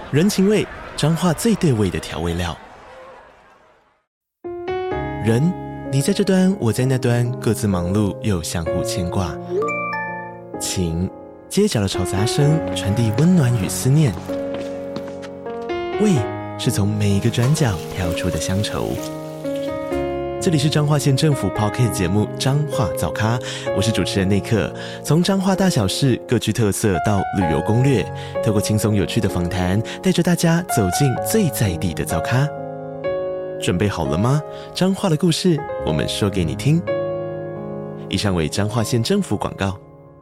人情味，彰化最对味的调味料。人，你在这端，我在那端，各自忙碌又相互牵挂。情，街角的吵杂声传递温暖与思念。味，是从每一个转角跳出的乡愁。这里是彰化县政府 Podcast 节目《彰化早咖》，我是主持人内克。从彰化大小事各具特色到旅游攻略，透过轻松有趣的访谈，带着大家走进最在地的早咖。准备好了吗？彰化的故事，我们说给你听。以上为彰化县政府广告。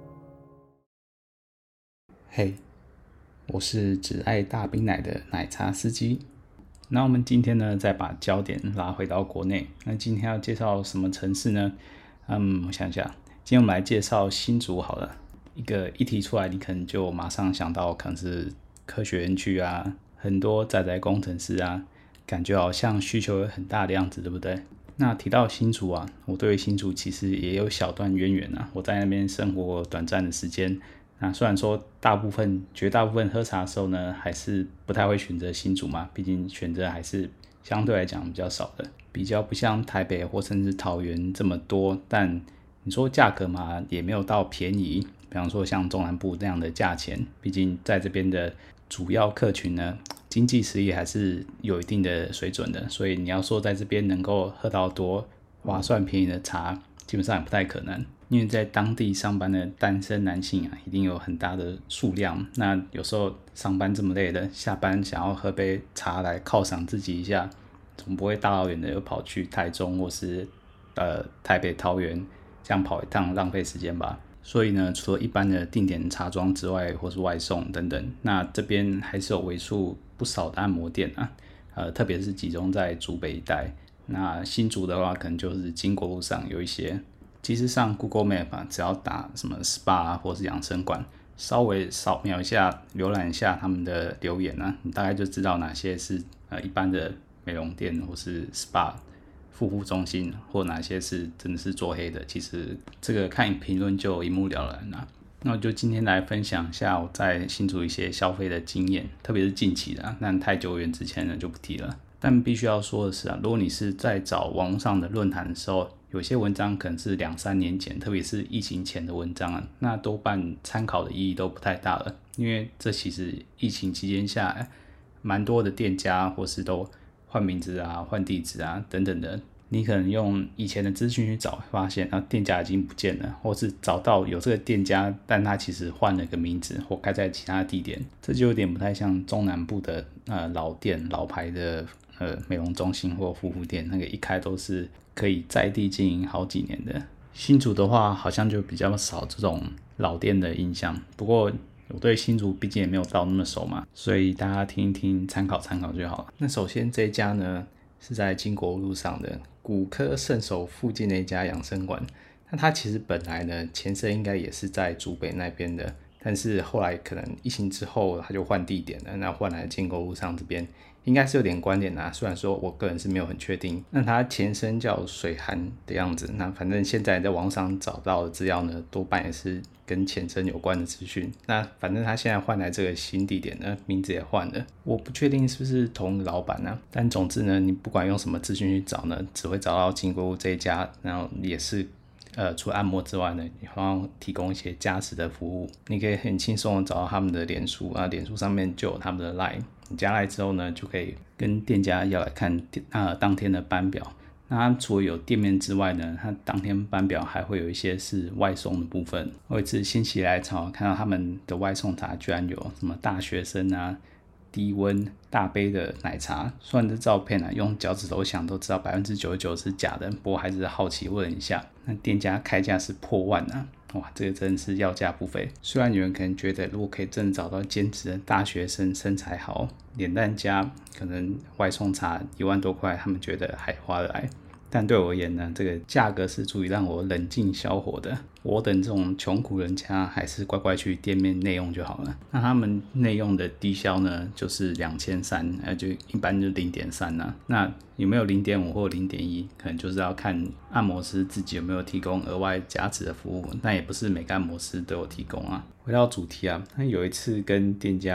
嘿，我是只爱大冰奶的奶茶司机。那我们今天呢，再把焦点拉回到国内。那今天要介绍什么城市呢？我想想，今天我们来介绍新竹好了。一提出来，你可能就马上想到可能是科学园区啊，很多宅工程师啊，感觉好像需求很大的样子，对不对？那提到新竹啊，我对新竹其实也有小段渊源啊。我在那边生活短暂的时间。那虽然说绝大部分喝茶的时候呢，还是不太会选择新竹嘛，毕竟选择还是相对来讲比较少的，比较不像台北或甚至桃园这么多。但你说价格嘛，也没有到便宜，比方说像中南部那样的价钱，毕竟在这边的主要客群呢，经济实力还是有一定的水准的，所以你要说在这边能够喝到多划算便宜的茶，基本上也不太可能。因为在当地上班的单身男性啊，一定有很大的数量。那有时候上班这么累的，下班想要喝杯茶来犒赏自己一下，总不会大老远的又跑去台中或是台北、桃园这样跑一趟，浪费时间吧。所以呢，除了一般的定点茶庄之外，或是外送等等，那这边还是有为数不少的按摩店啊，特别是集中在竹北一带。那新竹的话，可能就是经国路上有一些。其实上 Google Map 啊，只要打什么 SPA 啊，或是养生馆，稍微扫描一下、浏览一下他们的留言啊，你大概就知道哪些是一般的美容店或是 SPA 护肤中心，或哪些是真的是做黑的。其实这个看评论就一目了然啦。那我就今天来分享一下我在新竹一些消费的经验，特别是近期的那太久远之前呢就不提了。但必须要说的是啊，如果你是在找网络上的论坛的时候，有些文章可能是2-3年前，特别是疫情前的文章啊，那多半参考的意义都不太大了，因为这其实疫情期间下来，蛮多的店家或是都换名字啊、换地址啊等等的，你可能用以前的资讯去找，发现店家已经不见了，或是找到有这个店家，但他其实换了个名字或开在其他地点，这就有点不太像中南部的老店、老牌的美容中心或护肤店，那个一开都是可以在地经营好几年的。新竹的话好像就比较少这种老店的印象，不过我对新竹毕竟也没有到那么熟嘛，所以大家听一听参考参考就好了。那首先这一家呢是在经国路上的骨科圣手附近的一家养生馆，那它其实本来呢前身应该也是在竹北那边的，但是后来可能疫情之后它就换地点了，那换来经国路上这边应该是有点关联啊，虽然说我个人是没有很确定。那它前身叫水寒的样子，那反正现在在网上找到的资料呢，多半也是跟前身有关的资讯。那反正它现在换来这个新地点呢，名字也换了，我不确定是不是同一个老板啊。但总之呢，你不管用什么资讯去找呢，只会找到经国路这一家，然后也是除了按摩之外呢，也会提供一些加持的服务。你可以很轻松的找到他们的脸书啊，脸书上面就有他们的 LINE。你加来之后呢，就可以跟店家要来看当天的班表。那它除了有店面之外呢，它当天班表还会有一些是外送的部分。我有一次心血来潮看到他们的外送茶居然有什么大学生啊、低温大杯的奶茶，虽然这照片用脚趾头想都知道 99% 是假的，不过还是好奇问一下。那店家开价是破万啊，哇，这个真的是要价不菲。虽然有人可能觉得如果可以真的找到兼职的大学生，身材好、脸蛋佳，可能外送茶1万多块他们觉得还划得来，但对我而言呢，这个价格是足以让我冷静消火的。我等这种穷苦人家还是乖乖去店面内用就好了。那他们内用的低消呢，就是2300，就一般就 0.3 啊。那有没有 0.5 或 0.1， 可能就是要看按摩师自己有没有提供额外加持的服务，但也不是每个按摩师都有提供啊。回到主题啊，那有一次跟店家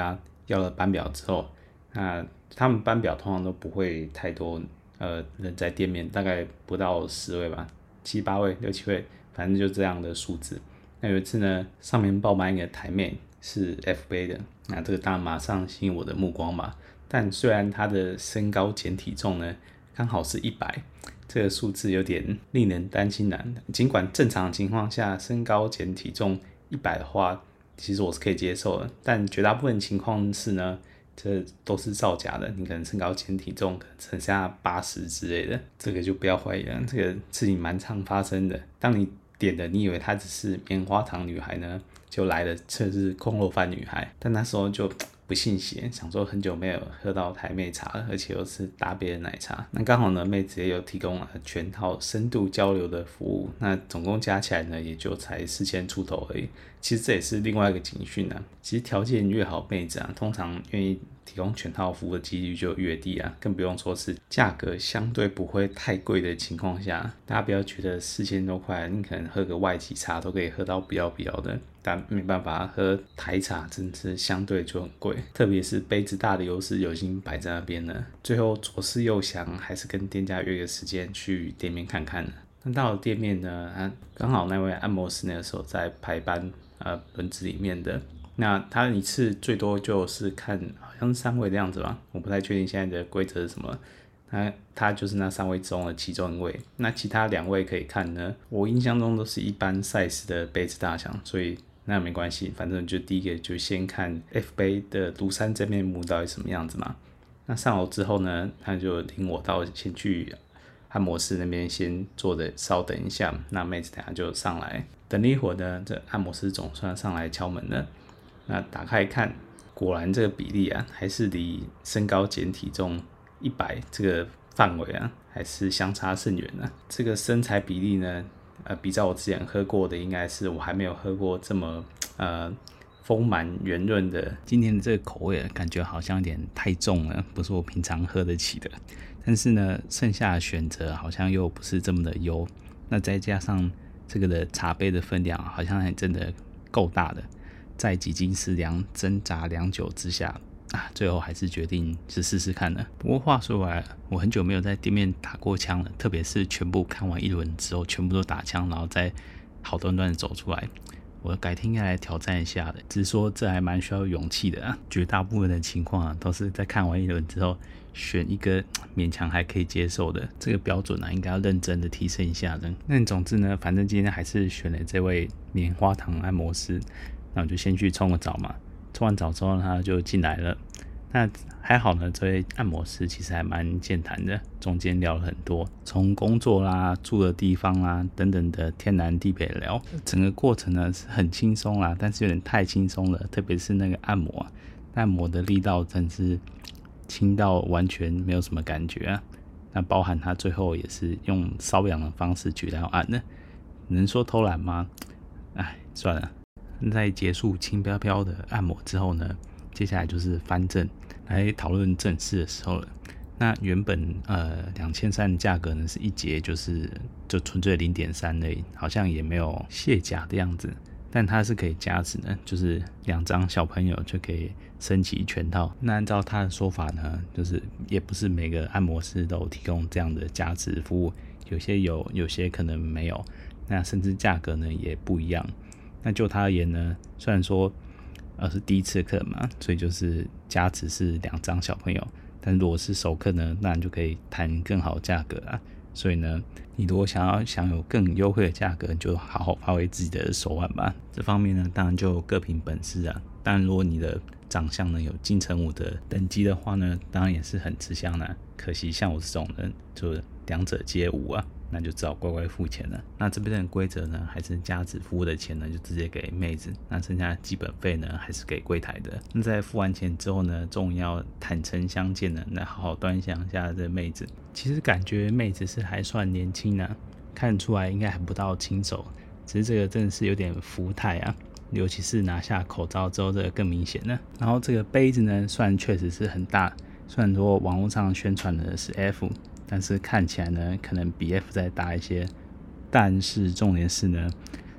要了班表之后，那他们班表通常都不会太多人在店面，大概不到10位吧，7、8位、6、7位，反正就这样的数字。那有一次呢，上面爆满一个台妹是 F 杯的，那这个当然马上吸引我的目光嘛。但虽然她的身高减体重呢刚好是100，这个数字有点令人担心的。尽管正常情况下身高减体重100的话，其实我是可以接受的，但绝大部分情况是呢，这都是造假的。你可能身高减体重可能剩下80之类的，这个就不要怀疑了。这个事情蛮常发生的。当你点的，你以为她只是棉花糖女孩呢，就来了，这是空肉饭女孩。但那时候就不信邪，想说很久没有喝到台妹茶了，而且又是大杯的奶茶。那刚好呢，妹子也有提供全套深度交流的服务，那总共加起来呢，也就才4000出头而已。其实这也是另外一个警讯啊。其实条件越好，妹子啊，通常愿意提供全套服务的几率就越低啊，更不用说是价格相对不会太贵的情况下。大家不要觉得4000多块，你可能喝个外籍茶都可以喝到不要的，但没办法，喝台茶真的是相对就很贵，特别是杯子大的优势已经摆在那边了。最后左思右想，还是跟店家约个时间去店面看看。那到了店面呢，刚好那位按摩师那个时候在排班轮子里面的，那他一次最多就是看好像是3位的样子吧，我不太确定现在的规则是什么。他就是那3位中的其中1位，那其他2位可以看呢，我印象中都是一般 size 的杯子大小，所以那没关系，反正就第一个就先看 F 杯的庐山真面目到底什么样子嘛。那上楼之后呢，他就领我到先去按摩室那边先坐着稍等一下，那妹子等下就上来。等了一会儿呢，这按摩师总算上来敲门了。那打开看，果然这个比例啊，还是离身高减体重100这个范围啊，还是相差甚远啊。这个身材比例呢，比照我之前喝过的，应该是我还没有喝过这么丰满圆润的。今天的这个口味感觉好像有点太重了，不是我平常喝得起的。但是呢，剩下的选择好像又不是这么的优。那再加上这个的茶杯的分量，好像还真的够大的。在几经思量、挣扎良久之下，最后还是决定是试试看了。不过话说回来，我很久没有在店面打过枪了，特别是全部看完一轮之后，全部都打枪，然后再好端端的走出来。我改天应该来挑战一下的，只是说这还蛮需要勇气的啊。绝大部分的情况都是在看完一轮之后，选一个勉强还可以接受的这个标准应该要认真的提升一下的。那总之呢，反正今天还是选了这位棉花糖按摩师，那我就先去冲个澡嘛。冲完澡之后，他就进来了。那还好呢，这位按摩师其实还蛮健谈的，中间聊了很多，从工作啦、住的地方啦等等的天南地北聊。整个过程呢是很轻松啦，但是有点太轻松了，特别是那个按摩的力道真是轻到完全没有什么感觉啊。那包含他最后也是用瘙痒的方式去来按的，能说偷懒吗？算了。在结束轻飘飘的按摩之后呢，接下来就是翻正来讨论正事的时候了。那原本2300的价格呢是一节就纯粹 0.3 而已，好像也没有卸甲的样子，但它是可以加值的，就是2张小朋友就可以升级全套。那按照他的说法呢，就是也不是每个按摩师都有提供这样的加值服务，有些有，有些可能没有，那甚至价格呢也不一样。那就他而言呢，虽然说是第一次课嘛，所以就是加值是2张小朋友，但如果是熟客呢，那你就可以谈更好的价格啊。所以呢，你如果想要享有更优惠的价格，就好好发挥自己的手腕吧。这方面呢，当然就各凭本事啊。当然，如果你的长相呢有金城武的等级的话呢，当然也是很吃香的。可惜像我这种人，就2者皆无啊。那就只好乖乖付钱了。那这边的规则呢，还是加值服务的钱呢，就直接给妹子，那剩下基本费呢，还是给柜台的。那在付完钱之后呢，终于要坦诚相见了，那好好端详一下这妹子。其实感觉妹子是还算年轻啊，看出来应该还不到轻熟，只是这个真的是有点福态啊。尤其是拿下口罩之后，这个更明显了。然后这个杯子呢，虽然确实是很大，虽然说网络上宣传的是 F，但是看起来呢，可能比 F 再大一些。但是重点是呢，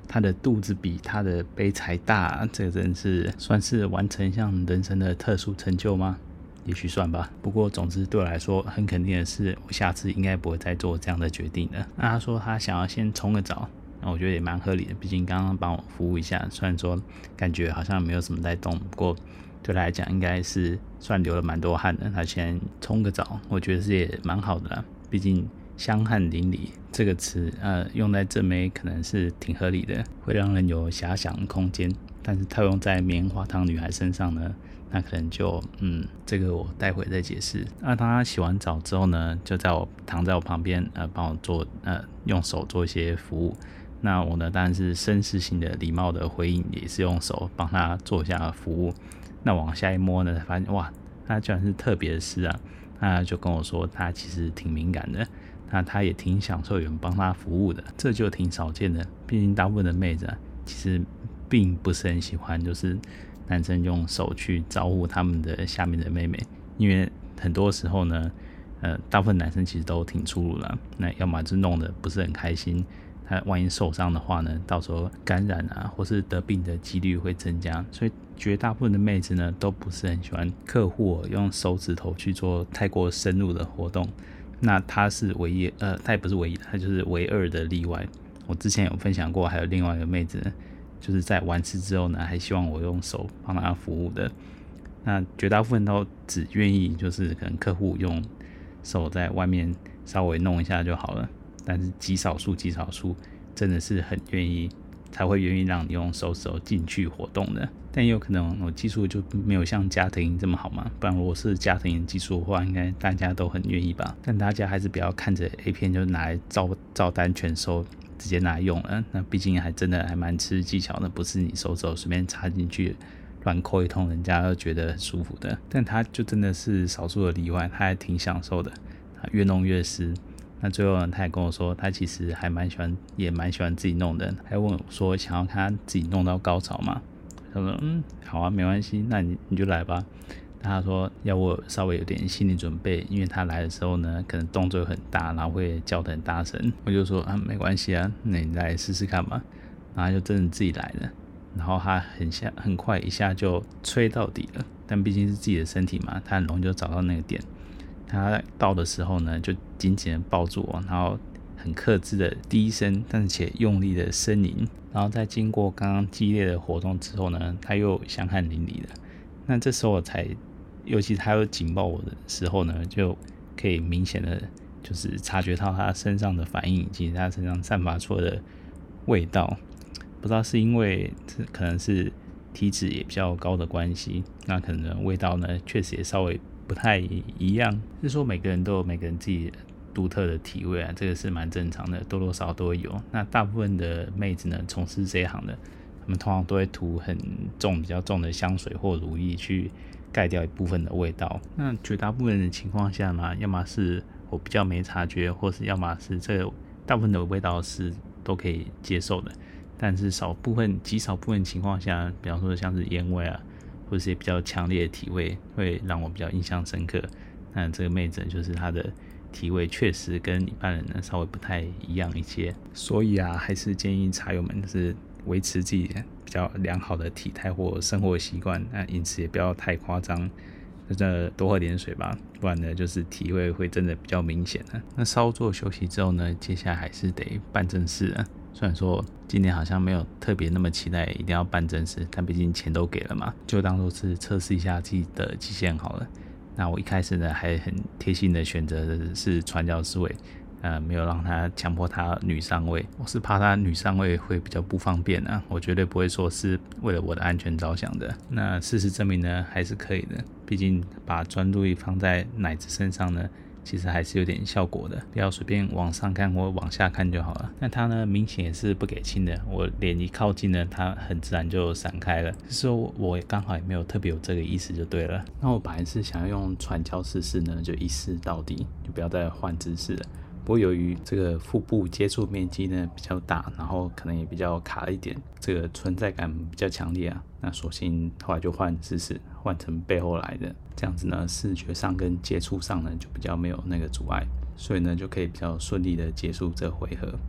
他的肚子比他的杯才大，这个真是算是完成一项人生的特殊成就吗？也许算吧。不过总之对我来说很肯定的是，我下次应该不会再做这样的决定了。那他说他想要先冲个澡，那我觉得也蛮合理的，毕竟刚刚帮我服务一下，虽然说感觉好像没有什么在动，不过对他来讲应该是算流了蛮多汗的，他先冲个澡，我觉得是也蛮好的啦。毕竟香汗淋漓这个词用在正妹可能是挺合理的，会让人有遐想空间，但是套用在棉花糖女孩身上呢，那可能就这个我待会再解释。那当他洗完澡之后呢，就躺在我旁边帮我做用手做一些服务。那我呢当然是绅士性的礼貌的回应，也是用手帮他做一下服务。那往下一摸呢，发现哇，他居然是特别的湿啊！他就跟我说他其实挺敏感的，那他也挺享受有人帮他服务的，这就挺少见的。毕竟大部分的妹子其实并不是很喜欢就是男生用手去招呼他们的下面的妹妹，因为很多时候呢大部分男生其实都挺粗鲁的，那要么就弄得不是很开心，他万一受伤的话呢，到时候感染或是得病的几率会增加，所以绝大部分的妹子呢都不是很喜欢客户用手指头去做太过深入的活动。那他是唯一他也不是唯一的，他就是唯二的例外。我之前有分享过，还有另外一个妹子呢，就是在完事之后呢，还希望我用手帮她服务的。那绝大部分都只愿意就是可能客户用手在外面稍微弄一下就好了，但是极少数真的是很愿意，才会愿意让你用手指头进去活动的。但也有可能我技术就没有像家庭营这么好嘛，不然如果是家庭营技术的话，应该大家都很愿意吧。但大家还是不要看着 A 片就拿来照单全收，直接拿来用了，那毕竟还真的还蛮吃技巧的，不是你手指头随便插进去乱扣一通，人家都觉得很舒服的。但他就真的是少数的例外，他还挺享受的，他越弄越湿。那最后呢，他也跟我说，他其实还也蛮喜欢自己弄的，还问我说想要看他自己弄到高潮吗？他说好啊，没关系，那你就来吧。他说要我稍微有点心理准备，因为他来的时候呢，可能动作很大，然后会叫得很大声。我就说没关系啊，那你来试试看吧。然后他就真的自己来了，然后他很快一下就吹到底了。但毕竟是自己的身体嘛，他很容易就找到那个点。他到的时候呢，就紧紧的抱住我，然后很克制的低声但且用力的呻吟。然后在经过刚刚激烈的活动之后呢，他又香汗淋漓的。那这时候尤其他又紧抱我的时候呢，就可以明显的就是察觉到他身上的反应，以及他身上散发出的味道。不知道是因为可能是体脂也比较高的关系，那可能味道呢确实也稍微不太一样。是说每个人都有每个人自己独特的体味这个是蛮正常的，多多少少都会有。那大部分的妹子呢，从事这一行的，他们通常都会涂比较重的香水或乳液去盖掉一部分的味道。那绝大部分的情况下呢，要么是我比较没察觉，或是要么是这个大部分的味道是都可以接受的。但是极少部分情况下，比方说像是烟味或者是比较强烈的体味，会让我比较印象深刻。那这个妹子就是她的体味确实跟一般人呢稍微不太一样一些，所以还是建议茶友们就是维持自己比较良好的体态或生活习惯，那饮食也不要太夸张，真的多喝点水吧，不然呢就是体味会真的比较明显的。那稍作休息之后呢，接下来还是得办正事了。虽然说今年好像没有特别那么期待一定要办正事，但毕竟钱都给了嘛，就当作是测试一下自己的极限好了。那我一开始呢还很贴心的选择的是传教士位，没有让他强迫他女上位，我是怕他女上位会比较不方便我绝对不会说是为了我的安全着想的。那事实证明呢还是可以的，毕竟把专注力放在奶子身上呢，其实还是有点效果的，不要随便往上看或往下看就好了。那他呢明显也是不给亲的，我脸一靠近呢，他很自然就闪开了，是说我刚好也没有特别有这个意思就对了。那我本来是想要用传教士式呢，就一试到底，就不要再换姿势了。不过由于这个腹部接触面积呢比较大，然后可能也比较卡了一点，这个存在感比较强烈那索性后来就换姿势，换成背后来的，这样子呢视觉上跟接触上呢就比较没有那个阻碍，所以呢就可以比较顺利的结束这回合。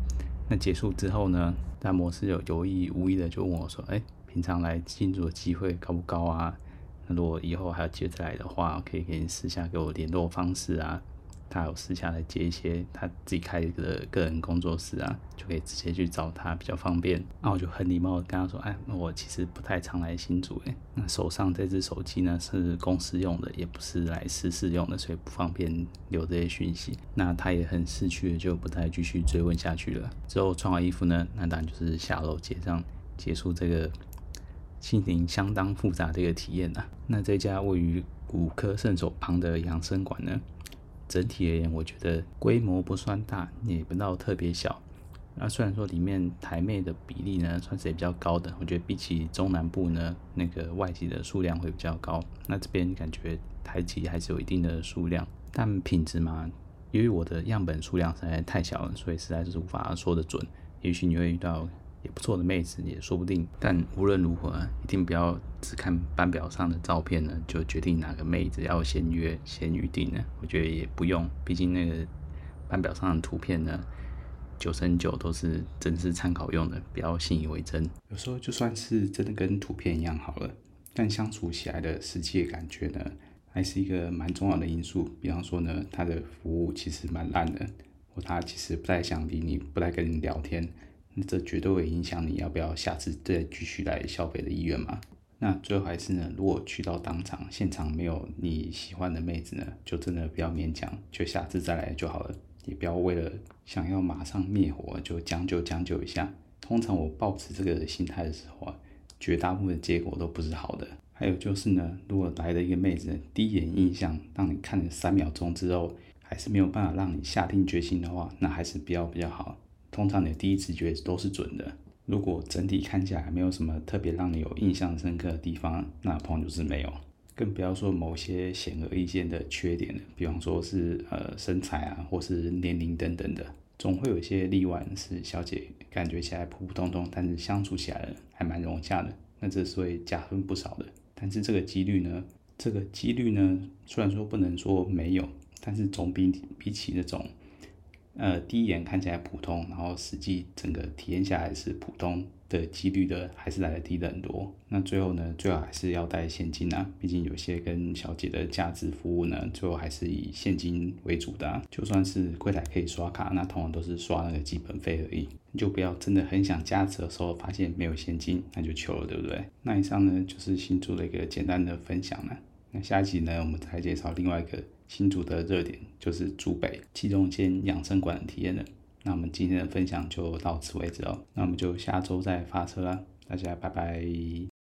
那结束之后呢，大摩斯有意无意的就问我说：“平常来新竹的机会高不高啊？那如果以后还要接着来的话，可以给你私下给我联络方式啊。”他有私下来接一些他自己开的个人工作室啊，就可以直接去找他，比较方便。那我就很礼貌的跟他说：“我其实不太常来新竹，那手上这只手机呢是公司用的，也不是来私事用的，所以不方便留这些讯息。”那他也很识趣的，就不再继续追问下去了。之后穿好衣服呢，那当然就是下楼结账，结束这个心情相当复杂的一个体验啊。那这家位于骨科圣手旁的养生馆呢，整体而言，我觉得规模不算大，也不到特别小。那虽然说里面台妹的比例呢，算是也比较高的，我觉得比起中南部呢，那个外籍的数量会比较高。那这边感觉台籍还是有一定的数量，但品质嘛，由于我的样本数量实在太小了，所以实在是无法说得准。也许你会遇到也不错的妹子也说不定，但无论如何一定不要只看班表上的照片呢就决定哪个妹子要先约先预定呢。我觉得也不用，毕竟那个班表上的图片呢9成9都是真是参考用的，不要信以为真。有时候就算是真的跟图片一样好了，但相处起来的实际的感觉呢还是一个蛮重要的因素。比方说呢，他的服务其实蛮烂的，或他其实不太想理你，不太跟你聊天，这绝对会影响你要不要下次再继续来消费的意愿嘛。那最后还是呢，如果去到当场现场没有你喜欢的妹子呢，就真的不要勉强，就下次再来就好了，也不要为了想要马上灭火就将就一下。通常我抱持这个心态的时候啊，绝大部分的结果都不是好的。还有就是呢，如果来了一个妹子，第一眼印象让你看了3秒钟之后，还是没有办法让你下定决心的话，那还是不要比较好。通常你的第一直觉都是准的，如果整体看起来没有什么特别让你有印象深刻的地方，那通常就是没有。更不要说某些显而易见的缺点了，比方说是身材啊，或是年龄等等的，总会有一些例外是小姐感觉起来普普通通，但是相处起来还蛮融洽的，那这是会加分不少的。但是这个几率呢，虽然说不能说没有，但是总比起那种第一眼看起来普通，然后实际整个体验下来是普通的几率的，还是来得低的很多。那最后呢，最好还是要带现金啊，毕竟有些跟小姐的价值服务呢，最后还是以现金为主的啊。就算是柜台可以刷卡，那通常都是刷那个基本费而已，你就不要真的很想加值的时候发现没有现金，那就糗了，对不对？那以上呢就是新竹的一个简单的分享了。那下一集呢，我们再介绍另外一个新竹的热点，就是竹北其中一间养生馆的体验了。那我们今天的分享就到此为止哦，那我们就下周再发车啦，大家拜拜。